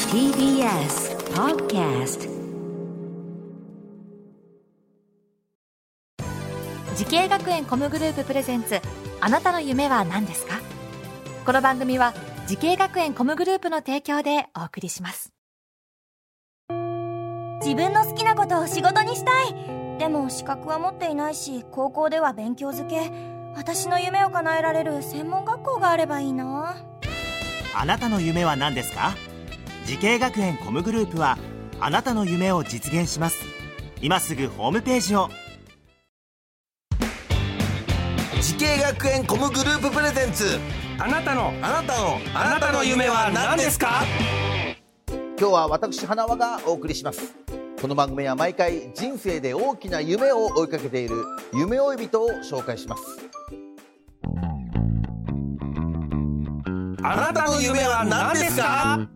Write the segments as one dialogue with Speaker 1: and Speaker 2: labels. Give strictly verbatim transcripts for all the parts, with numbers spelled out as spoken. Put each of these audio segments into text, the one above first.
Speaker 1: ティービーエス Podcast。
Speaker 2: 時系学園コムグループプレゼンツ、あなたの夢は何ですか？この番組は時系学園コムグループの提供でお送りします。
Speaker 3: 自分の好きなことを仕事にしたい。でも資格は持っていないし、高校では勉強づけ。私の夢を叶えられる専門学校があればいいな。
Speaker 4: あなたの夢は何ですか？時系学園コムグループはあなたの夢を実現します。今すぐホームページを。
Speaker 5: 時系学園コムグループプレゼンツ、
Speaker 6: あなたの
Speaker 5: あなたの
Speaker 6: あなたの夢は何ですか？
Speaker 5: 今日は私花輪がお送りします。この番組は毎回人生で大きな夢を追いかけている夢追い人を紹介します。
Speaker 6: あなたの夢は何ですか？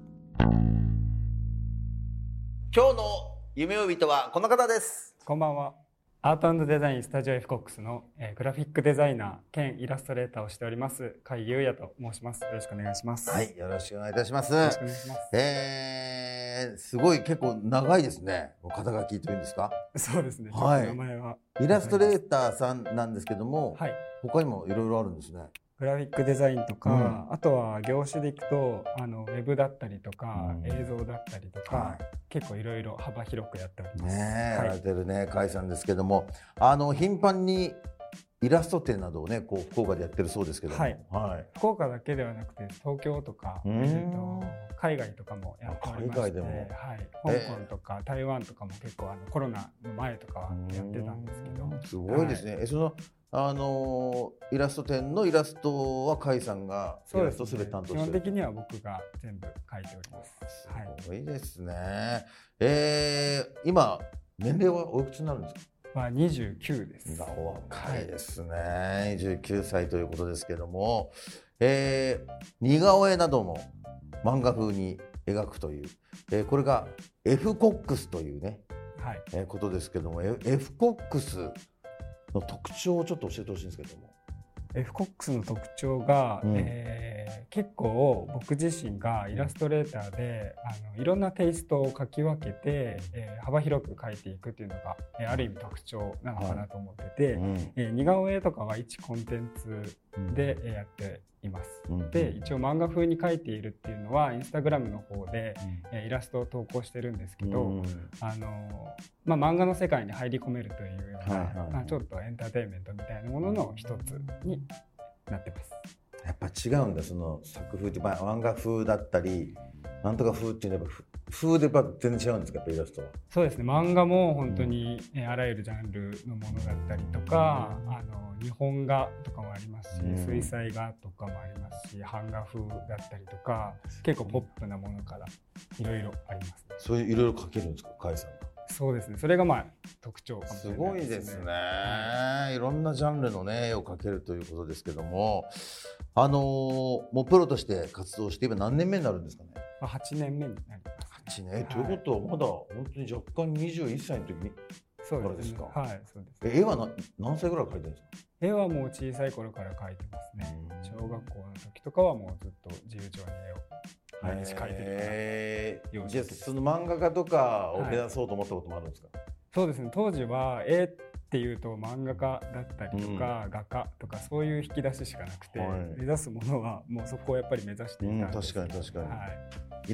Speaker 5: 今日の夢追い人はこの方です。
Speaker 7: こんばんは。アート&デザインスタジオ エフコックス の、えー、グラフィックデザイナー兼イラストレーターをしております甲斐優也と申します。よろしくお願いします。
Speaker 5: はい、よろしくお願いいたします。
Speaker 7: よろしくお願いします。
Speaker 5: えー、すごい結構長いですね。肩書きというんですか？
Speaker 7: そうですね。
Speaker 5: はい、
Speaker 7: 名前は
Speaker 5: イラストレーターさんなんですけども、はい、他にもいろいろあるんですね。
Speaker 7: グラフィックデザインとか、うん、あとは業種でいくとあのウェブだったりとか、うん、映像だったりとか、はい、結構いろいろ幅広くやっております。
Speaker 5: ねえ、はい、やられてるね、甲斐さんですけども、あの頻繁にイラスト展などをね、こう福岡でやってるそうですけども、はいはい、
Speaker 7: 福岡だけではなくて東京とか、えー、と海外とかもやっておりまして、海外でも、はい、香港とか、えー、台湾とかも結構あのコロナの前とかはやってたんですけど、
Speaker 5: すごいですね。はい、えそのあのイラスト展のイラストは甲斐さんがイラストすべて担当している。
Speaker 7: 基本的には僕が全部描いております。
Speaker 5: すごいですね。はい、えー、今年齢はおいくつになるんですか？
Speaker 7: まあ、にじゅうきゅうです。
Speaker 5: お若いですね、はい、にじゅうきゅうさいということですけども、えー、似顔絵なども漫画風に描くという、えー、これが エフコックス というね、はいえー、ことですけども、 エフコックスの特徴をちょっと教えてほしいんですけども。
Speaker 7: エフコックス の特徴が、うんえー、結構僕自身がイラストレーターであのいろんなテイストを描き分けて、えー、幅広く描いていくっていうのが、えー、ある意味特徴なのかなと思ってて、はいうんえー、似顔絵とかは一コンテンツで、うん、やっています、うん、で一応漫画風に描いているっていうのはインスタグラムの方で、うんえー、イラストを投稿してるんですけど、うん、あのまあ、漫画の世界に入り込めるというような、はいはいはいまあ、ちょっとエンターテインメントみたいなものの一つになってます。
Speaker 5: やっぱ違うんだ、その作風って、まあ、漫画風だったりなんとか風っていうのは風でやっぱ全然違うんですか？やっぱイラストは。
Speaker 7: そうですね、漫画も本当に、うん、あらゆるジャンルのものだったりとか、うん、あの日本画とかもありますし、うん、水彩画とかもありますし、版画風だったりとか結構ポップなものからいろいろありますね。
Speaker 5: そういういろいろ描けるんですか、甲斐さんは？
Speaker 7: そうですね、それがまあ特徴かもしれないですね。
Speaker 5: すごいですね、はい、いろんなジャンルの、ね、絵を描けるということですけども、あのー、もうプロとして活動して今何年目になるんですかね？
Speaker 7: はちねんめになります。
Speaker 5: はちねん、はい、ということはまだ本当に若干にじゅういっさいの時にからですか？
Speaker 7: はい、そうです。
Speaker 5: え絵はな何歳ぐらい描いてるんですか？
Speaker 7: 絵はもう小さい頃から描いてますね。小学校の時とかはもうずっと自由帳に絵を毎日描いてるから、
Speaker 5: えー、じゃあその漫画家とかを目指そうと思ったこともあるんですか？はい、
Speaker 7: そうですね、当時は絵っていうと漫画家だったりとか、うん、画家とかそういう引き出ししかなくて、はい、目指すものはもうそこをやっぱり目指していたんですけど、うん、確かに確かに、はい、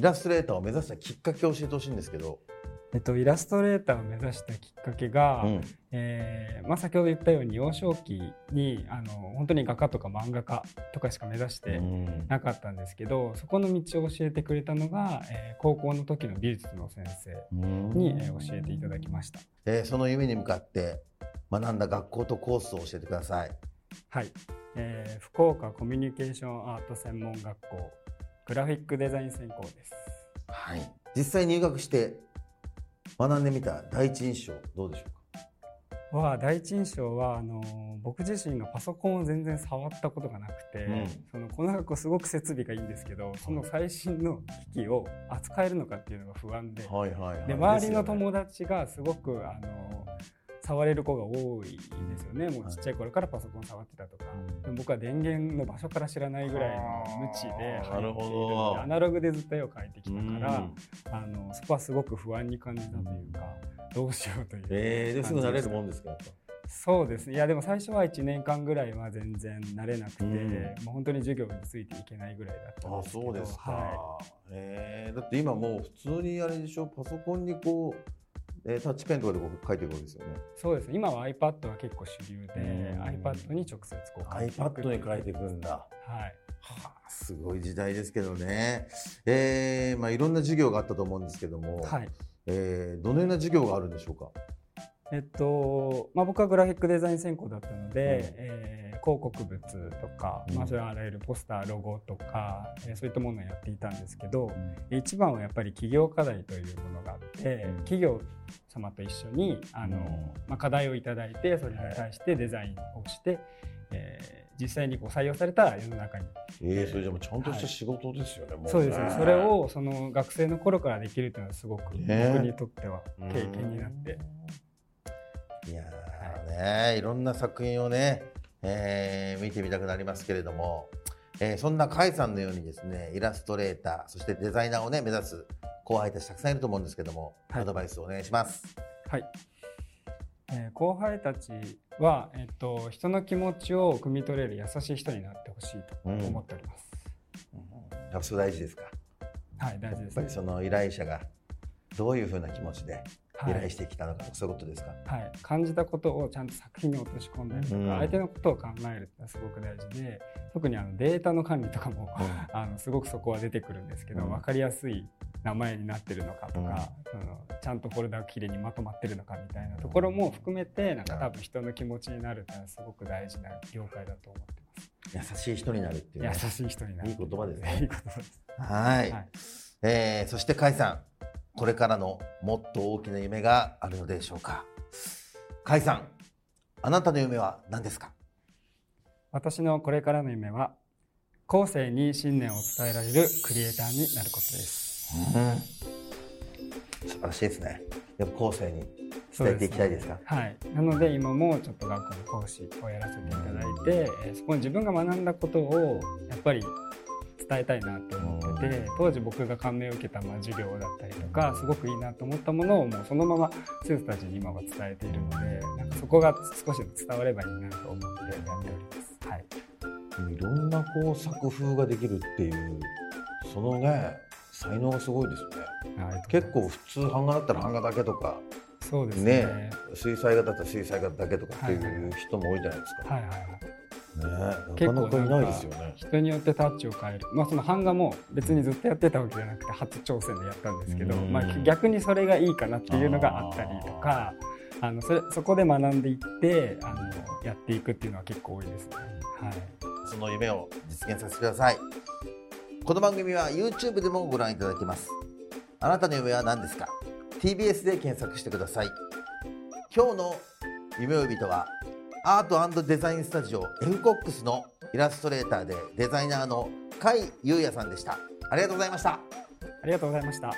Speaker 5: イラストレーターを目指したきっかけを教えてほしいんですけど。
Speaker 7: えっと、イラストレーターを目指したきっかけが、うんえーまあ、先ほど言ったように幼少期にあの本当に画家とか漫画家とかしか目指してなかったんですけど、そこの道を教えてくれたのが、えー、高校の時の美術の先生に、えー、教えていただきました。
Speaker 5: えー、その夢に向かって学んだ学校とコースを教えてください。
Speaker 7: はい、えー、福岡コミュニケーションアート専門学校グラフィックデザイン専攻です。
Speaker 5: はい、実際入学して学んでみた第一印象どうでしょうか？
Speaker 7: は第一印象はあの僕自身がパソコンを全然触ったことがなくて、うん、そのこの学校すごく設備がいいんですけど、その最新の機器を扱えるのかっていうのが不安で、はいはいはい、で周りの友達がすごくあの触れる子が多いですよね。もうちっちゃい頃からパソコン触ってたとか、でも僕は電源の場所から知らないぐらいの無知で
Speaker 5: なるほど
Speaker 7: アナログでずっと絵を描いてきたから、あのそこはすごく不安に感じたというか、どうしようという。
Speaker 5: えー、ですぐ慣れるもんですか？
Speaker 7: そうですね。いやでも最初はいちねんかんぐらいは全然慣れなくて、うん、もう本当に授業についていけないぐらいだったんですけど。
Speaker 5: あ、そうですか。
Speaker 7: はい、
Speaker 5: えー、だって今もう普通にあれでしょ、パソコンにこう、えー、タッチペンとかでこう書いていくわけですよね。
Speaker 7: そうです。今は iPad は結構主流で、うん、iPad に直接こう書いていく。
Speaker 5: iPad に書いていくんだ。
Speaker 7: はい。
Speaker 5: はあ、すごい時代ですけどね。えー、まあいろんな授業があったと思うんですけども、はい、えー、どのような授業があるんでしょうか？
Speaker 7: えっとまあ、僕はグラフィックデザイン専攻だったので、うんえー、広告物とか、うんまあ、それはあらゆるポスターロゴとか、えー、そういったものをやっていたんですけど、うん、一番はやっぱり企業課題というものがあって、うん、企業様と一緒にあの、うんまあ、課題をいただいてそれに対してデザインをして、えー、実際にこう採用された世の中に、
Speaker 5: えー、それじゃもうちゃんとした仕事ですよね、はい、もうね。
Speaker 7: そうですね。それをその学生の頃からできるというのはすごく僕にとっては経験になって、
Speaker 5: いやーね、いろんな作品をね、えー、見てみたくなりますけれども、えー、そんな甲斐さんのようにですね、イラストレーターそしてデザイナーをね目指す後輩たちたくさんいると思うんですけども、はい、アドバイスをお願いします。
Speaker 7: はい、えー、後輩たちは、えっと、人の気持ちを汲み取れる優しい人になってほしいと思っております。
Speaker 5: うんうん、やっぱそれ大事ですか？
Speaker 7: はい、大事です、ね。
Speaker 5: やっぱりその依頼者がどういうふうな気持ちで依頼してきたのか、はい、そういうことですか？
Speaker 7: はい、感じたことをちゃんと作品に落とし込んだりとか、うん、相手のことを考えるってのはすごく大事で、特にあのデータの管理とかも、うん、あのすごくそこは出てくるんですけど、うん、分かりやすい名前になってるのかとか、うん、そのちゃんとフォルダがきれいにまとまってるのかみたいなところも含めて、なんか多分人の気持ちになるってのはすごく大事な業界だと思ってます。
Speaker 5: 優しい人になるっていう、ね、
Speaker 7: 優しい人になる、
Speaker 5: いい言葉ですね。
Speaker 7: いい言葉です。
Speaker 5: はい、はい、えー、そして甲斐さん、これからのもっと大きな夢があるのでしょうか？甲斐さん、あなたの夢は何ですか？
Speaker 7: 私のこれからの夢は後世に信念を伝えられるクリエイターになることです。
Speaker 5: うん、素晴らしいですね。やっぱ後世に伝えていきたいですか？
Speaker 7: ですね、はい。なので今もちょっと学校の講師をやらせていただいて、そこに自分が学んだことをやっぱり伝えたいなと思ってて、当時僕が感銘を受けたまあ授業だったりとかすごくいいなと思ったものをもうそのまま生徒たちに今は伝えているので、なんかそこが少し伝わればいいなと思ってやっております。はい。
Speaker 5: いろんなこう作風ができるっていうそのね才能がすごいですよね。結構普通版画だったら版画だけとか、
Speaker 7: そうですね。
Speaker 5: ね、水彩画だったら水彩画だけとかっていう人も多いじゃないですか。
Speaker 7: はいはいはい。
Speaker 5: ね、なかなかいないですよね。
Speaker 7: 人によってタッチを変える、まあ、その版画も別にずっとやってたわけじゃなくて初挑戦でやったんですけど、まあ、逆にそれがいいかなっていうのがあったりとか、あの そ, れそこで学んでいってあのやっていくっていうのは結構多いですね。はい、
Speaker 5: その夢を実現させてください。この番組は YouTube でもご覧いただけます。あなたの夢は何ですか？ ティービーエス で検索してください。今日の夢追い人はアート&デザインスタジオ エフコックス のイラストレーターでデザイナーの甲斐優也さんでした。ありがとうございました。
Speaker 7: ありがとうございました。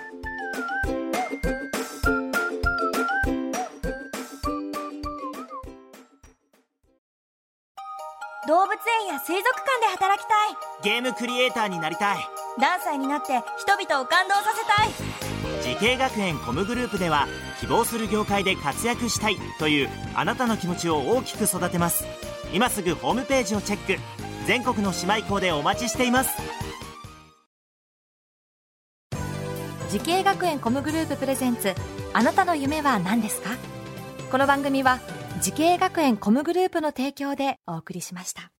Speaker 3: 動物園や水族館で働きたい。
Speaker 4: ゲームクリエイターになりたい。
Speaker 3: 何歳になって人々を感動させたい。
Speaker 4: 時系学園コムグループでは希望する業界で活躍したいというあなたの気持ちを大きく育てます。今すぐホームページをチェック。全国の姉妹校でお待ちしています。
Speaker 2: 時系学園コムグループプレゼンツ、あなたの夢は何ですか？この番組は時系学園コムグループの提供でお送りしました。